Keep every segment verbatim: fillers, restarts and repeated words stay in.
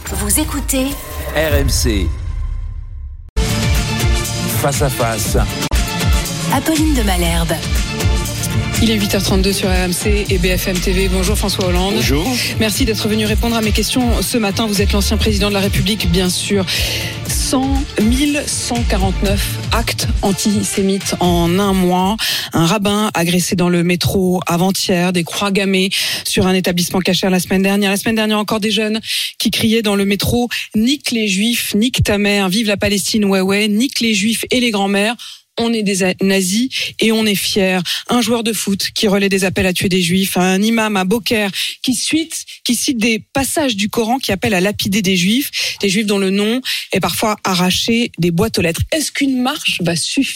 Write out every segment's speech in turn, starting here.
Vous écoutez R M C. Face à face. Apolline de Malherbe. Il est huit heures trente-deux sur R M C et B F M T V. Bonjour François Hollande. Bonjour. Merci d'être venu répondre à mes questions ce matin. Vous êtes l'ancien président de la République, bien sûr. cent mille cent quarante-neuf actes antisémites en un mois. Un rabbin agressé dans le métro avant-hier, des croix gammées sur un établissement cachère la semaine dernière. La semaine dernière, encore des jeunes qui criaient dans le métro « Nique les Juifs, nique ta mère, vive la Palestine, ouais ouais, nique les Juifs et les grands-mères ». On est des nazis et on est fiers. Un joueur de foot qui relaie des appels à tuer des juifs, un imam à Beaucaire qui cite, qui cite des passages du Coran qui appellent à lapider des juifs, des juifs dont le nom est parfois arraché des boîtes aux lettres. Est-ce qu'une marche va suffire ?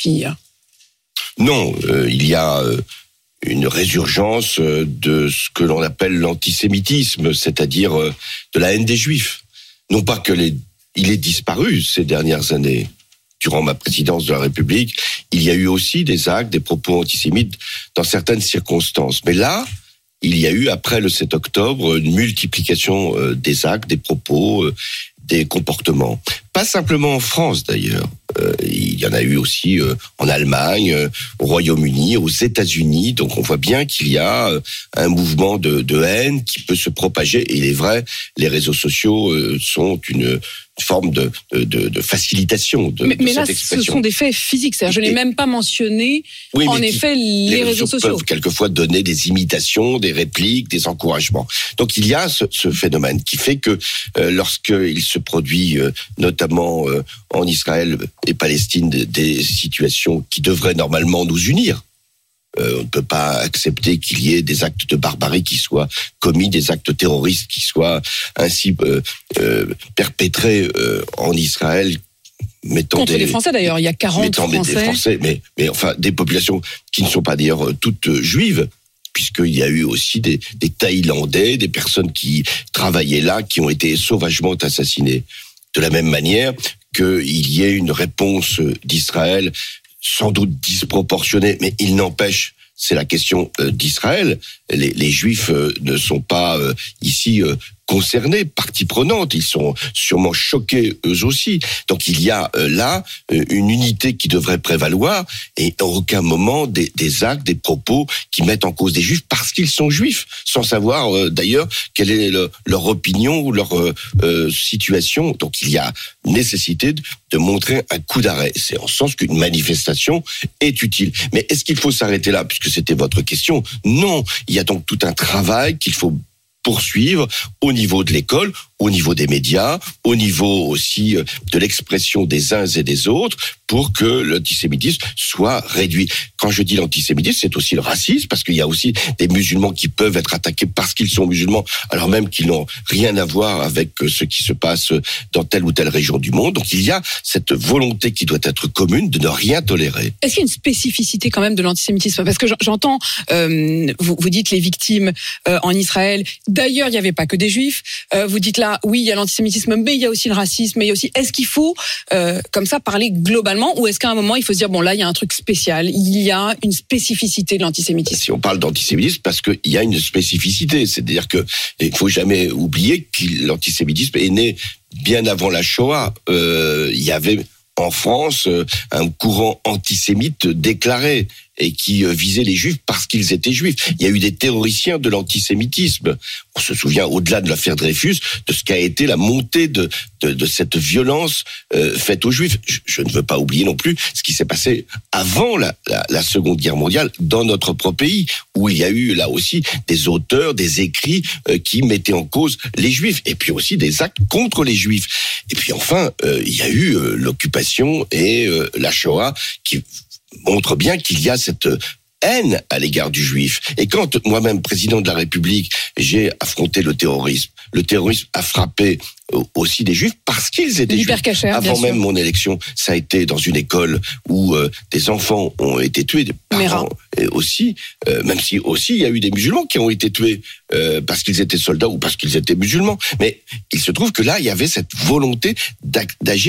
Non, euh, il y a euh, une résurgence euh, de ce que l'on appelle l'antisémitisme, c'est-à-dire euh, de la haine des juifs. Non pas que les, il ait disparu ces dernières années. Durant ma présidence de la République, il y a eu aussi des actes, des propos antisémites dans certaines circonstances. Mais là, il y a eu, après le sept octobre, une multiplication des actes, des propos, des comportements. Pas simplement en France, d'ailleurs. Euh, il y en a eu aussi euh, en Allemagne, euh, au Royaume-Uni, aux États-Unis. Donc on voit bien qu'il y a euh, un mouvement de, de haine qui peut se propager. Et il est vrai, les réseaux sociaux euh, sont une forme de, de, de facilitation de, mais, de mais cette là, expression. Ce sont des faits physiques. C'est-à-dire, je n'ai même pas mentionné, oui, en effet, les, les réseaux sociaux peuvent quelquefois donner des imitations, des répliques, des encouragements. Donc il y a ce, ce phénomène qui fait que euh, lorsqu'il se produit, euh, notamment euh, en Israël et Palestine, des, des situations qui devraient normalement nous unir. Euh, on ne peut pas accepter qu'il y ait des actes de barbarie qui soient commis, des actes terroristes qui soient ainsi euh, euh, perpétrés euh, en Israël. Contre des, les Français d'ailleurs, il y a quarante Français. Des Français, mais, mais enfin des populations qui ne sont pas d'ailleurs toutes juives, puisqu'il y a eu aussi des, des Thaïlandais, des personnes qui travaillaient là, qui ont été sauvagement assassinés. De la même manière qu'il y ait une réponse d'Israël sans doute disproportionnée, mais il n'empêche, c'est la question d'Israël. Les, les Juifs ne sont pas ici concernés, partie prenante. Ils sont sûrement choqués eux aussi. Donc il y a là une unité qui devrait prévaloir et à aucun moment des, des actes, des propos qui mettent en cause des Juifs parce qu'ils sont Juifs, sans savoir euh, d'ailleurs quelle est le, leur opinion ou leur euh, situation. Donc il y a nécessité de, de montrer un coup d'arrêt. C'est en ce sens qu'une manifestation est utile. Mais est-ce qu'il faut s'arrêter là, puisque c'était votre question ? Non. Il y a donc tout un travail qu'il faut poursuivre au niveau de l'école, au niveau des médias, au niveau aussi de l'expression des uns et des autres, pour que l'antisémitisme soit réduit. Quand je dis l'antisémitisme, c'est aussi le racisme, parce qu'il y a aussi des musulmans qui peuvent être attaqués parce qu'ils sont musulmans, alors même qu'ils n'ont rien à voir avec ce qui se passe dans telle ou telle région du monde. Donc il y a cette volonté qui doit être commune de ne rien tolérer. Est-ce qu'il y a une spécificité quand même de l'antisémitisme ? Parce que j'entends, euh, vous, vous dites les victimes euh, en Israël, d'ailleurs il n'y avait pas que des juifs, euh, vous dites là, oui il y a l'antisémitisme, mais il y a aussi le racisme, mais il y a aussi, est-ce qu'il faut euh, comme ça parler globalement, ou est-ce qu'à un moment il faut se dire bon là il y a un truc spécial, il y a une spécificité de l'antisémitisme? Si on parle d'antisémitisme, parce qu'il y a une spécificité, c'est-à-dire que il faut jamais oublier que l'antisémitisme est né bien avant la Shoah. Euh, il y avait en France un courant antisémite déclaré et qui visait les Juifs parce qu'ils étaient Juifs. Il y a eu des théoriciens de l'antisémitisme. On se souvient, au-delà de l'affaire Dreyfus, de ce qu'a été la montée de, de, de cette violence euh, faite aux Juifs. Je, je ne veux pas oublier non plus ce qui s'est passé avant la, la, la Seconde Guerre mondiale dans notre propre pays, où il y a eu là aussi des auteurs, des écrits euh, qui mettaient en cause les Juifs, et puis aussi des actes contre les Juifs. Et puis enfin, euh, il y a eu euh, l'occupation et euh, la Shoah qui montre bien qu'il y a cette haine à l'égard du juif. Et quand moi-même, président de la République, j'ai affronté le terrorisme, le terrorisme a frappé aussi des juifs parce qu'ils étaient juifs. Cachère, avant même mon élection, ça a été dans une école où euh, des enfants ont été tués, des parents et aussi, euh, même si aussi il y a eu des musulmans qui ont été tués euh, parce qu'ils étaient soldats ou parce qu'ils étaient musulmans. Mais il se trouve que là, il y avait cette volonté d'agir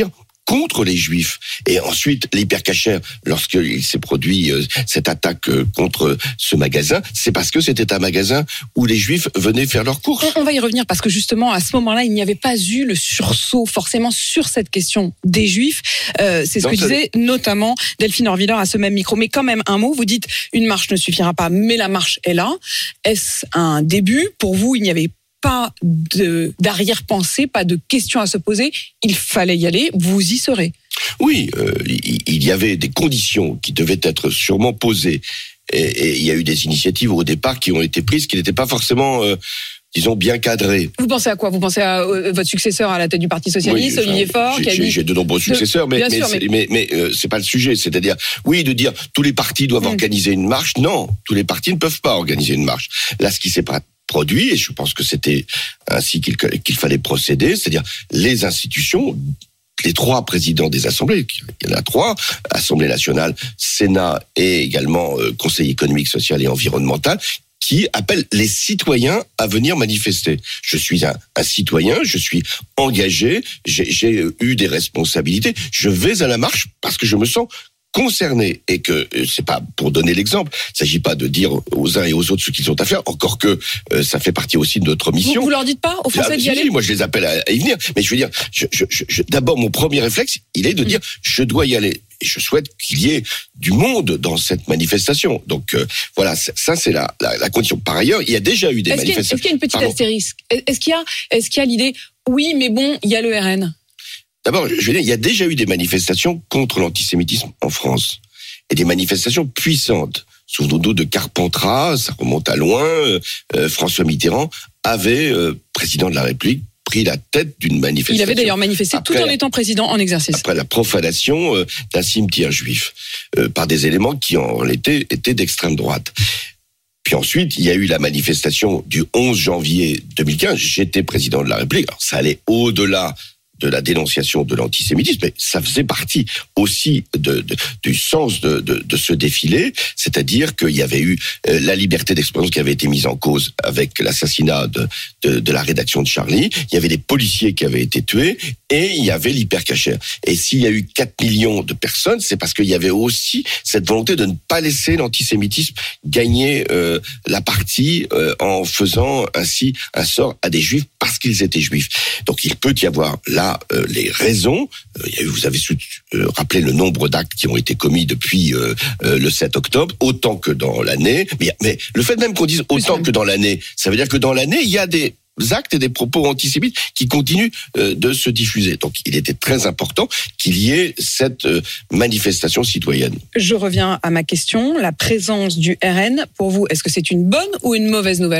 contre les Juifs. Et ensuite, l'hypercachère, lorsqu'il s'est produit euh, cette attaque euh, contre ce magasin, c'est parce que c'était un magasin où les Juifs venaient faire leurs courses. On, on va y revenir parce que justement, à ce moment-là, il n'y avait pas eu le sursaut forcément sur cette question des Juifs. Euh, c'est ce non, que disait notamment Delphine Orviller à ce même micro. Mais quand même, un mot, vous dites une marche ne suffira pas, mais la marche est là. Est-ce un début? Pour vous, il n'y avait pas de, d'arrière-pensée, pas de questions à se poser. Il fallait y aller. Vous y serez. Oui, euh, il y avait des conditions qui devaient être sûrement posées. Et, et il y a eu des initiatives au départ qui ont été prises qui n'étaient pas forcément... Euh, disons, bien cadré. Vous pensez à quoi? Vous pensez à euh, votre successeur à la tête du Parti Socialiste, oui, Olivier Faure, j'ai, qui a j'ai, dit... j'ai de nombreux successeurs, mais, mais, sûr, mais... mais, mais euh, c'est pas le sujet. C'est-à-dire, oui, de dire tous les partis doivent mmh. organiser une marche. Non, tous les partis ne peuvent pas organiser une marche. Là, ce qui s'est produit, et je pense que c'était ainsi qu'il, qu'il fallait procéder, c'est-à-dire les institutions... Les trois présidents des assemblées, il y en a trois, Assemblée nationale, Sénat et également euh, Conseil économique, social et environnemental, qui appellent les citoyens à venir manifester. Je suis un, un citoyen, je suis engagé, j'ai, j'ai eu des responsabilités, je vais à la marche parce que je me sens concernés et que euh, c'est pas pour donner l'exemple, il s'agit pas de dire aux uns et aux autres ce qu'ils ont à faire, encore que euh, ça fait partie aussi de notre mission. Vous, vous leur dites pas aux Français d'y aller? Moi je les appelle à, à y venir, mais je veux dire, je, je, je, d'abord mon premier réflexe, il est de dire mmh. je dois y aller. Et je souhaite qu'il y ait du monde dans cette manifestation. Donc euh, voilà, ça c'est la, la, la condition. Par ailleurs, il y a déjà eu des est-ce manifestations. Qu'il y a, est-ce qu'il y a une petite Pardon. astérisque? Est-ce qu'il y a, est-ce qu'il y a l'idée, oui, mais bon, il y a le R N? D'abord, je veux dire, il y a déjà eu des manifestations contre l'antisémitisme en France. Et des manifestations puissantes. Souvenons-nous de Carpentras, ça remonte à loin. Euh, François Mitterrand avait, euh, président de la République, pris la tête d'une manifestation. Il avait d'ailleurs manifesté après tout en la, étant président en exercice. Après la profanation euh, d'un cimetière juif, euh, par des éléments qui en réalité étaient d'extrême droite. Puis ensuite, il y a eu la manifestation du onze janvier deux mille quinze. J'étais président de la République. Alors, ça allait au-delà de la dénonciation de l'antisémitisme, mais ça faisait partie aussi de, de, du sens de, de, de ce défilé, c'est-à-dire qu'il y avait eu euh, la liberté d'expression qui avait été mise en cause avec l'assassinat de, de, de la rédaction de Charlie, il y avait des policiers qui avaient été tués, et il y avait l'hypercachère. Et s'il y a eu quatre millions de personnes, c'est parce qu'il y avait aussi cette volonté de ne pas laisser l'antisémitisme gagner euh, la partie euh, en faisant ainsi un sort à des juifs parce qu'ils étaient juifs. Donc il peut y avoir là euh, les raisons. Euh, il y a eu, vous avez euh, rappelé le nombre d'actes qui ont été commis depuis euh, euh, le sept octobre, autant que dans l'année. Mais, mais le fait même qu'on dise autant oui, que dans l'année, ça veut dire que dans l'année, il y a des actes et des propos antisémites qui continuent euh, de se diffuser. Donc il était très important qu'il y ait cette euh, manifestation citoyenne. Je reviens à ma question. La présence du R N, pour vous, est-ce que c'est une bonne ou une mauvaise nouvelle ?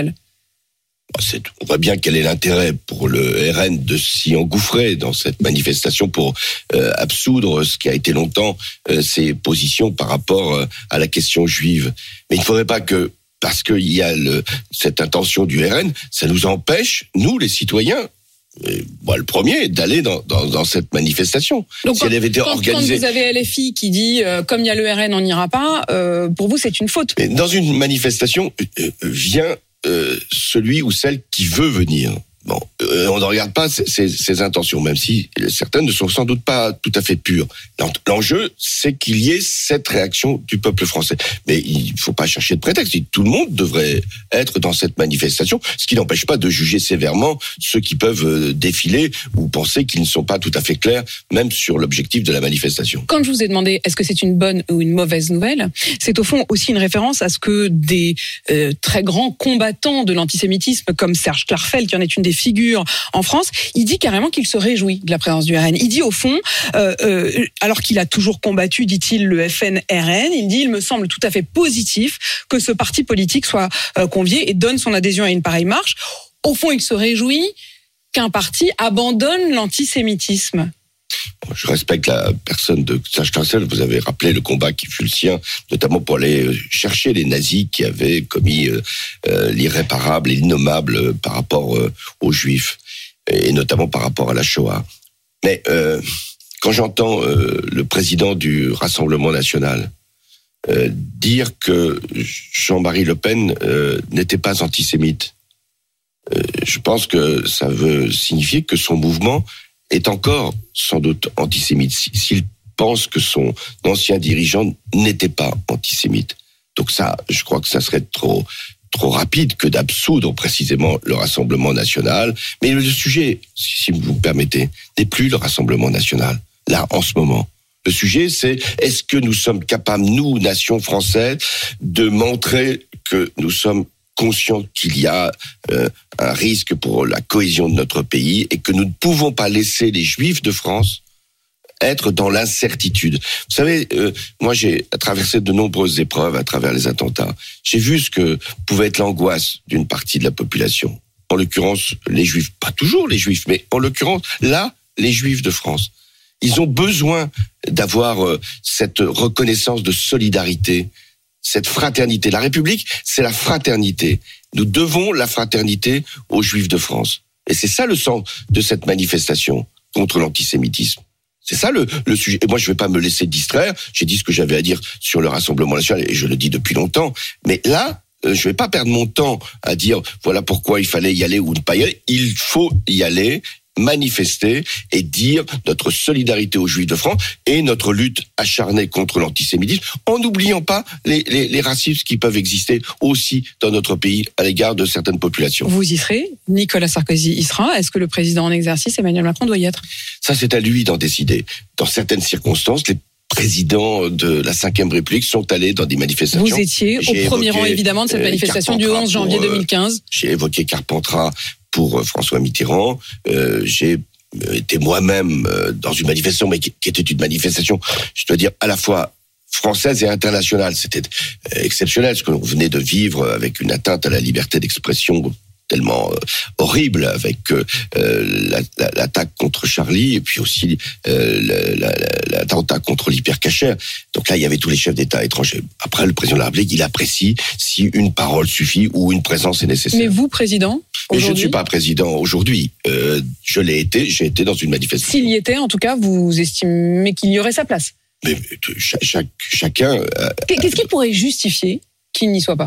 C'est, on voit bien quel est l'intérêt pour le R N de s'y engouffrer dans cette manifestation pour euh, absoudre ce qui a été longtemps euh, ses positions par rapport euh, à la question juive. Mais il ne faudrait pas que, parce qu'il y a le, cette intention du R N, ça nous empêche, nous les citoyens, et moi le premier, d'aller dans, dans, dans cette manifestation. Donc si quand, elle avait été quand, organisée... quand vous avez L F I qui dit euh, comme il y a le R N, on n'ira pas, euh, pour vous c'est une faute. Mais dans une manifestation euh, vient euh, celui ou celle qui veut venir. Bon, euh, on ne regarde pas ses, ses, ses intentions, même si certaines ne sont sans doute pas tout à fait pures. L'enjeu, c'est qu'il y ait cette réaction du peuple français. Mais il ne faut pas chercher de prétexte. Tout le monde devrait être dans cette manifestation, ce qui n'empêche pas de juger sévèrement ceux qui peuvent défiler ou penser qu'ils ne sont pas tout à fait clairs, même sur l'objectif de la manifestation. Quand je vous ai demandé est-ce que c'est une bonne ou une mauvaise nouvelle, c'est au fond aussi une référence à ce que des euh, très grands combattants de l'antisémitisme, comme Serge Klarfeld, qui en est une des figures en France, il dit carrément qu'il se réjouit de la présence du R N. Il dit au fond, euh, euh, alors qu'il a toujours combattu, dit-il, le F N R N, il dit, il me semble tout à fait positif que ce parti politique soit euh, convié et donne son adhésion à une pareille marche. Au fond, il se réjouit qu'un parti abandonne l'antisémitisme. Je respecte la personne de Serge Klarfeld. Vous avez rappelé le combat qui fut le sien, notamment pour aller chercher les nazis qui avaient commis euh, euh, l'irréparable et l'innommable euh, par rapport euh, aux Juifs, et notamment par rapport à la Shoah. Mais euh, quand j'entends euh, le président du Rassemblement national euh, dire que Jean-Marie Le Pen euh, n'était pas antisémite, euh, je pense que ça veut signifier que son mouvement est encore sans doute antisémite, s'il pense que son ancien dirigeant n'était pas antisémite. Donc ça, je crois que ça serait trop trop rapide que d'absoudre précisément le Rassemblement national. Mais le sujet, si vous me permettez, n'est plus le Rassemblement national, là, en ce moment. Le sujet, c'est est-ce que nous sommes capables, nous, nation française, de montrer que nous sommes conscients qu'il y a euh, un risque pour la cohésion de notre pays et que nous ne pouvons pas laisser les Juifs de France être dans l'incertitude. Vous savez, euh, moi j'ai traversé de nombreuses épreuves à travers les attentats. J'ai vu ce que pouvait être l'angoisse d'une partie de la population. En l'occurrence, les Juifs, pas toujours les Juifs, mais en l'occurrence, là, les Juifs de France. Ils ont besoin d'avoir euh, cette reconnaissance de solidarité, cette fraternité. La République, c'est la fraternité. Nous devons la fraternité aux Juifs de France. Et c'est ça le sens de cette manifestation contre l'antisémitisme. C'est ça le, le sujet. Et moi, je ne vais pas me laisser distraire. J'ai dit ce que j'avais à dire sur le Rassemblement national, et je le dis depuis longtemps. Mais là, euh, je ne vais pas perdre mon temps à dire voilà pourquoi il fallait y aller ou ne pas y aller. Il faut y aller, manifester et dire notre solidarité aux Juifs de France et notre lutte acharnée contre l'antisémitisme, en n'oubliant pas les, les, les racismes qui peuvent exister aussi dans notre pays à l'égard de certaines populations. Vous y serez, Nicolas Sarkozy y sera. Est-ce que le président en exercice, Emmanuel Macron, doit y être ? Ça, c'est à lui d'en décider. Dans certaines circonstances, les présidents de la cinquième République sont allés dans des manifestations. Vous étiez au J'ai premier évoqué, rang, évidemment, de cette euh, manifestation du onze janvier deux mille quinze. Euh, j'ai évoqué Carpentras pour François Mitterrand. Euh, j'ai été moi-même dans une manifestation, mais qui, qui était une manifestation, je dois dire, à la fois française et internationale. C'était exceptionnel ce que l'on venait de vivre avec une atteinte à la liberté d'expression tellement euh, horrible, avec euh, la, la, l'attaque contre Charlie et puis aussi euh, la, la, l'attentat contre l'hypercacher. Donc là, il y avait tous les chefs d'État étrangers. Après, le président de la République, il apprécie si une parole suffit ou une présence est nécessaire. Mais vous, président ? Mais je ne suis pas président aujourd'hui. Euh, je l'ai été, j'ai été dans une manifestation. S'il y était, en tout cas, vous estimez qu'il y aurait sa place ? Mais chaque, chaque, chacun... Euh, Qu'est-ce qui pourrait justifier qu'il n'y soit pas ?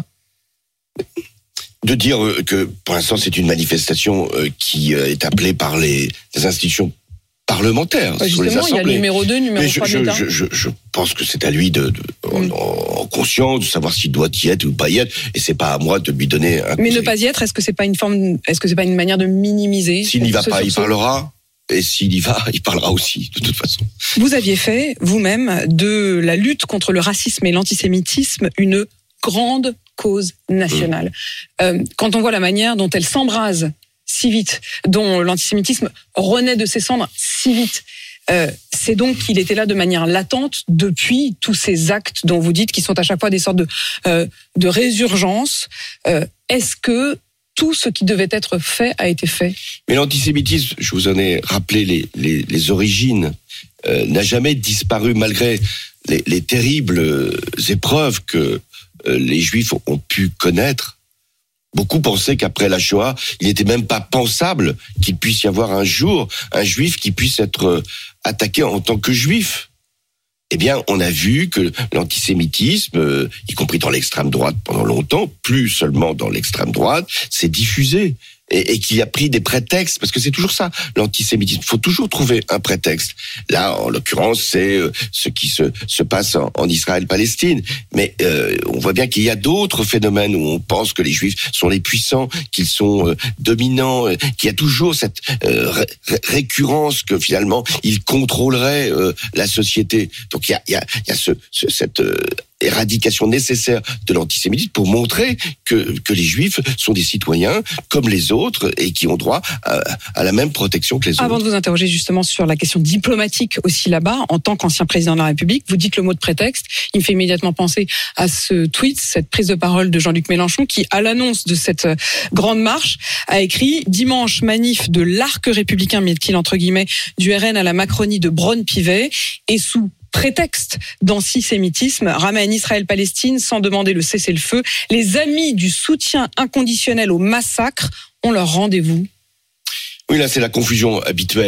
De dire que, pour l'instant, c'est une manifestation qui est appelée par les, les institutions parlementaires. Ouais, justement, les il y a le numéro deux, numéro trois je, de l'État. Je, je, je pense que c'est à lui de, de mm. en, en conscience de savoir s'il doit y être ou pas y être, et c'est pas à moi de lui donner un Mais conseil. ne pas y être, est-ce que c'est pas une forme, est-ce que c'est pas une manière de minimiser ? S'il n'y va pas, il sursaut parlera. Et s'il y va, il parlera aussi, de toute façon. Vous aviez fait, vous-même, de la lutte contre le racisme et l'antisémitisme une grande cause nationale. Mmh. Euh, quand on voit la manière dont elle s'embrase si vite, dont l'antisémitisme renaît de ses cendres si vite, euh, c'est donc qu'il était là de manière latente depuis tous ces actes dont vous dites qui sont à chaque fois des sortes de, euh, de résurgence. Euh, est-ce que tout ce qui devait être fait a été fait ? Mais l'antisémitisme, je vous en ai rappelé les, les, les origines, euh, n'a jamais disparu malgré les, les terribles épreuves que euh, les Juifs ont pu connaître. Beaucoup pensaient qu'après la Shoah, il n'était même pas pensable qu'il puisse y avoir un jour un Juif qui puisse être attaqué en tant que Juif. Eh bien, on a vu que l'antisémitisme, euh, y compris dans l'extrême droite pendant longtemps, plus seulement dans l'extrême droite, s'est diffusé et, et qu'il a pris des prétextes, parce que c'est toujours ça, l'antisémitisme. Il faut toujours trouver un prétexte. Là, en l'occurrence, c'est euh, ce qui se, se passe en, en Israël-Palestine. Mais euh, on voit bien qu'il y a d'autres phénomènes où on pense que les Juifs sont les puissants, qu'ils sont euh, dominants, euh, qu'il y a toujours cette euh, ré- récurrence que finalement, ils contrôleraient euh, la société. Donc il y a, il y a, il y a ce, ce, cette... Euh, éradication nécessaire de l'antisémitisme pour montrer que, que les Juifs sont des citoyens comme les autres et qui ont droit à, à la même protection que les autres. Avant de vous interroger justement sur la question diplomatique aussi là-bas, en tant qu'ancien président de la République, vous dites le mot de prétexte. Il me fait immédiatement penser à ce tweet, cette prise de parole de Jean-Luc Mélenchon qui, à l'annonce de cette grande marche, a écrit « Dimanche, manif de l'arc républicain, met-il entre guillemets, du R N à la Macronie de Braun-Pivet et sous prétexte d'antisémitisme, ramène Israël-Palestine sans demander le cessez-le-feu. Les amis du soutien inconditionnel au massacre ont leur rendez-vous. » Oui, là, c'est la confusion habituelle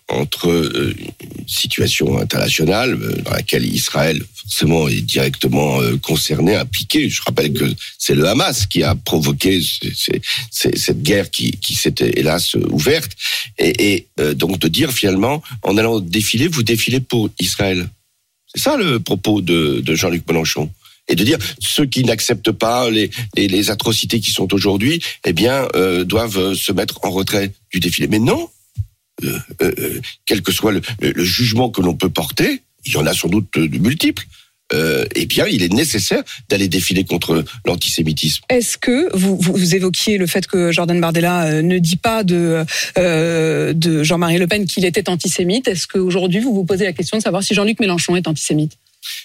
entre euh, une situation internationale euh, dans laquelle Israël forcément est directement euh, concerné, impliqué. Je rappelle que c'est le Hamas qui a provoqué c'est, c'est, c'est, cette guerre qui, qui s'est hélas ouverte. Et, et euh, donc de dire finalement, en allant défiler, vous défilez pour Israël. C'est ça le propos de, de Jean-Luc Mélenchon. Et de dire ceux qui n'acceptent pas les, les, les atrocités qui sont aujourd'hui, eh bien euh, doivent se mettre en retrait du défilé. Mais non. Euh, euh, quel que soit le, le, le jugement que l'on peut porter, il y en a sans doute de, de multiples, euh, eh bien, il est nécessaire d'aller défiler contre l'antisémitisme. Est-ce que vous, vous, vous évoquiez le fait que Jordan Bardella euh, ne dit pas de, euh, de Jean-Marie Le Pen qu'il était antisémite? Est-ce qu'aujourd'hui, vous vous posez la question de savoir si Jean-Luc Mélenchon est antisémite?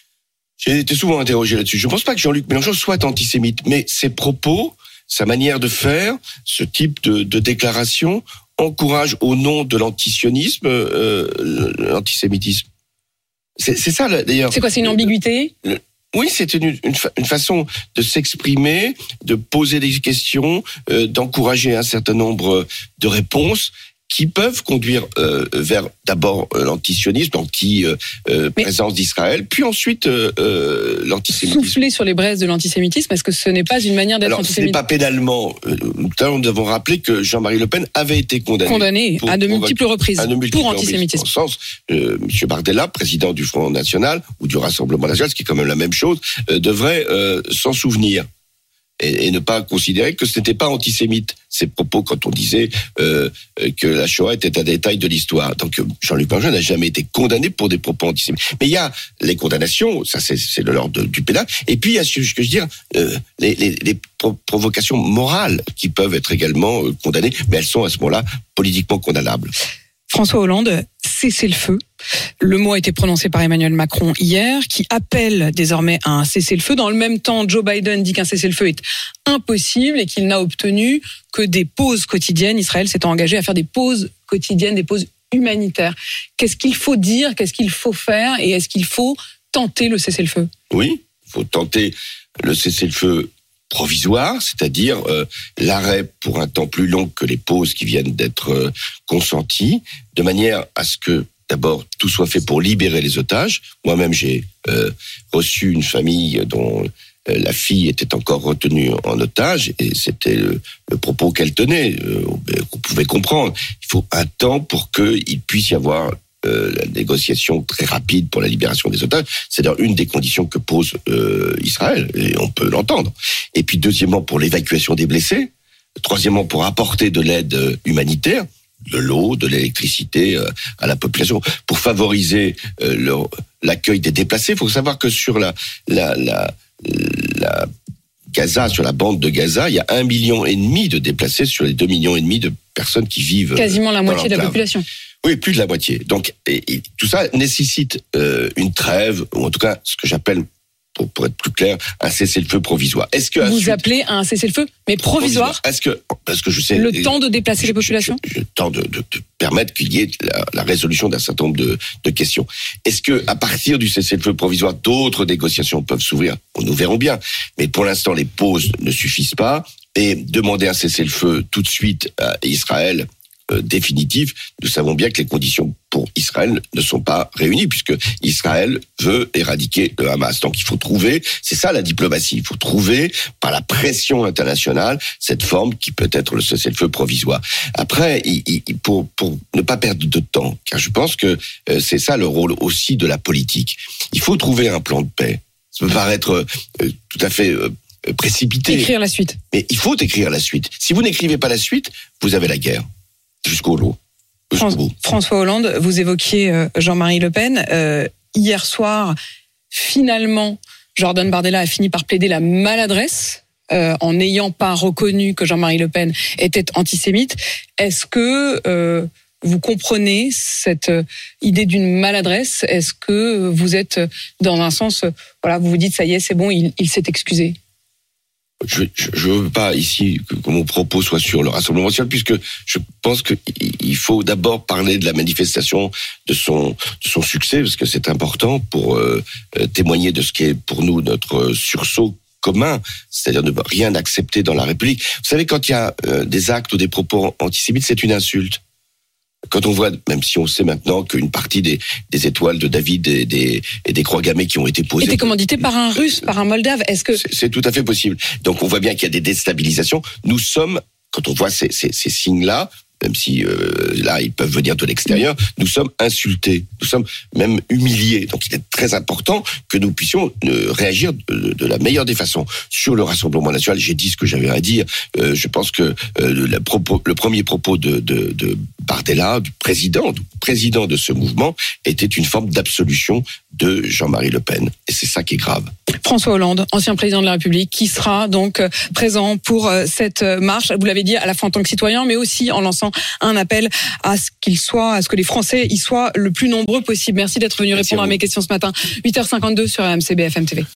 J'ai été souvent interrogé là-dessus. Je ne pense pas que Jean-Luc Mélenchon soit antisémite, mais ses propos, sa manière de faire, ce type de, de déclaration encourage au nom de l'antisionisme euh, l'antisémitisme. C'est, c'est ça d'ailleurs. C'est quoi, c'est une ambiguïté? le, le, Oui, c'est une, une, fa- une façon de s'exprimer, de poser des questions, euh, d'encourager un certain nombre de réponses qui peuvent conduire euh, vers d'abord euh, l'antisionisme, l'anti-présence euh, d'Israël, puis ensuite euh, euh, l'antisémitisme. Souffler sur les braises de l'antisémitisme, est-ce que ce n'est pas une manière d'être Alors, antisémite? Ce n'est pas pénalement. Euh, tout à l'heure, nous avons rappelé que Jean-Marie Le Pen avait été condamné. Condamné à de multiples reprises à de multiples pour antisémitisme. Reprises. En ce sens, euh, M. Bardella, président du Front National, ou du Rassemblement National, ce qui est quand même la même chose, euh, devrait euh, s'en souvenir. Et, et ne pas considérer que ce n'était pas antisémite, ces propos, quand on disait euh, que la Shoah était un détail de l'histoire. Donc Jean-Luc Mélenchon n'a jamais été condamné pour des propos antisémites. Mais il y a les condamnations, ça c'est, c'est de l'ordre du pénal, et puis il y a ce que je veux dire, euh, les, les, les pro- provocations morales qui peuvent être également euh, condamnées, mais elles sont à ce moment-là politiquement condamnables. François Hollande, cessez-le-feu. Le mot a été prononcé par Emmanuel Macron hier, qui appelle désormais à un cessez-le-feu. Dans le même temps, Joe Biden dit qu'un cessez-le-feu est impossible et qu'il n'a obtenu que des pauses quotidiennes. Israël s'est engagé à faire des pauses quotidiennes, des pauses humanitaires. Qu'est-ce qu'il faut dire? Qu'est-ce qu'il faut faire? Et est-ce qu'il faut tenter le cessez-le-feu? Oui, il faut tenter le cessez-le-feu provisoire, c'est-à-dire euh, l'arrêt pour un temps plus long que les pauses qui viennent d'être euh, consenties, de manière à ce que, d'abord, tout soit fait pour libérer les otages. Moi-même, j'ai euh, reçu une famille dont euh, la fille était encore retenue en otage, et c'était le, le propos qu'elle tenait, euh, qu'on pouvait comprendre. Il faut un temps pour qu'il puisse y avoir Euh, la négociation très rapide pour la libération des otages, c'est d'ailleurs une des conditions que pose euh, Israël, et on peut l'entendre. Et puis deuxièmement, pour l'évacuation des blessés. Troisièmement, pour apporter de l'aide humanitaire, de l'eau, de l'électricité euh, à la population, pour favoriser euh, leur, l'accueil des déplacés. Il faut savoir que sur la, la, la, la Gaza, sur la bande de Gaza, il y a un million et demi de déplacés sur les deux millions et demi de personnes qui vivent. Quasiment la moitié de la l'enclave. population. Oui, plus de la moitié. Donc, et, et tout ça nécessite euh, une trêve, ou en tout cas, ce que j'appelle, pour, pour être plus clair, un cessez-le-feu provisoire. Est-ce que Vous suite, appelez à un cessez-le-feu, mais provisoire, Est-ce que, parce que je sais, le temps de déplacer je, les populations je, je, Le temps de, de, de permettre qu'il y ait la, la résolution d'un certain nombre de, de questions. Est-ce que, à partir du cessez-le-feu provisoire, d'autres négociations peuvent s'ouvrir? Nous verrons bien. Mais pour l'instant, les pauses ne suffisent pas. Et demander un cessez-le-feu tout de suite à Israël, Euh, définitif, nous savons bien que les conditions pour Israël ne sont pas réunies, puisque Israël veut éradiquer le Hamas. Donc il faut trouver, c'est ça la diplomatie, il faut trouver par la pression internationale cette forme qui peut être le cessez-le-feu provisoire. Après, il, il, pour, pour ne pas perdre de temps, car je pense que euh, c'est ça le rôle aussi de la politique, il faut trouver un plan de paix. Ça peut paraître euh, tout à fait euh, précipité. Écrire la suite. Mais il faut écrire la suite. Si vous n'écrivez pas la suite, vous avez la guerre. Jusqu'au lot. Jusqu'au bout. François Hollande, vous évoquiez Jean-Marie Le Pen. Euh, hier soir, finalement, Jordan Bardella a fini par plaider la maladresse euh, en n'ayant pas reconnu que Jean-Marie Le Pen était antisémite. Est-ce que euh, vous comprenez cette idée d'une maladresse? Est-ce que vous êtes dans un sens, voilà, vous vous dites ça y est, c'est bon, il, il s'est excusé? Je ne veux pas ici que, que mon propos soit sur le Rassemblement national, puisque je pense qu'il faut d'abord parler de la manifestation, de son, de son succès, parce que c'est important pour euh, témoigner de ce qui est pour nous notre sursaut commun, c'est-à-dire ne rien accepter dans la République. Vous savez, quand il y a euh, des actes ou des propos antisémites, c'est une insulte. quand on voit, même si on sait maintenant qu'une partie des, des étoiles de David et des, et des croix gammées qui ont été posées... Étaient commanditées par un Russe, par un Moldave. Est-ce que... C'est, c'est tout à fait possible. Donc on voit bien qu'il y a des déstabilisations. Nous sommes, quand on voit ces, ces, ces signes-là, même si euh, là ils peuvent venir de l'extérieur, nous sommes insultés, nous sommes même humiliés. Donc il est très important que nous puissions euh, réagir de, de la meilleure des façons. Sur le Rassemblement national, j'ai dit ce que j'avais à dire. Euh, je pense que euh, le, propos, le premier propos de, de, de Bardella, du président, du président de ce mouvement, était une forme d'absolution de Jean-Marie Le Pen. Et c'est ça qui est grave. François Hollande, ancien président de la République, qui sera donc présent pour cette marche, vous l'avez dit, à la fois en tant que citoyen, mais aussi en lançant un appel à ce qu'il soit, à ce que les Français y soient le plus nombreux possible. Merci d'être venu Merci répondre à, à mes questions ce matin. huit heures cinquante-deux sur R M C B F M T V.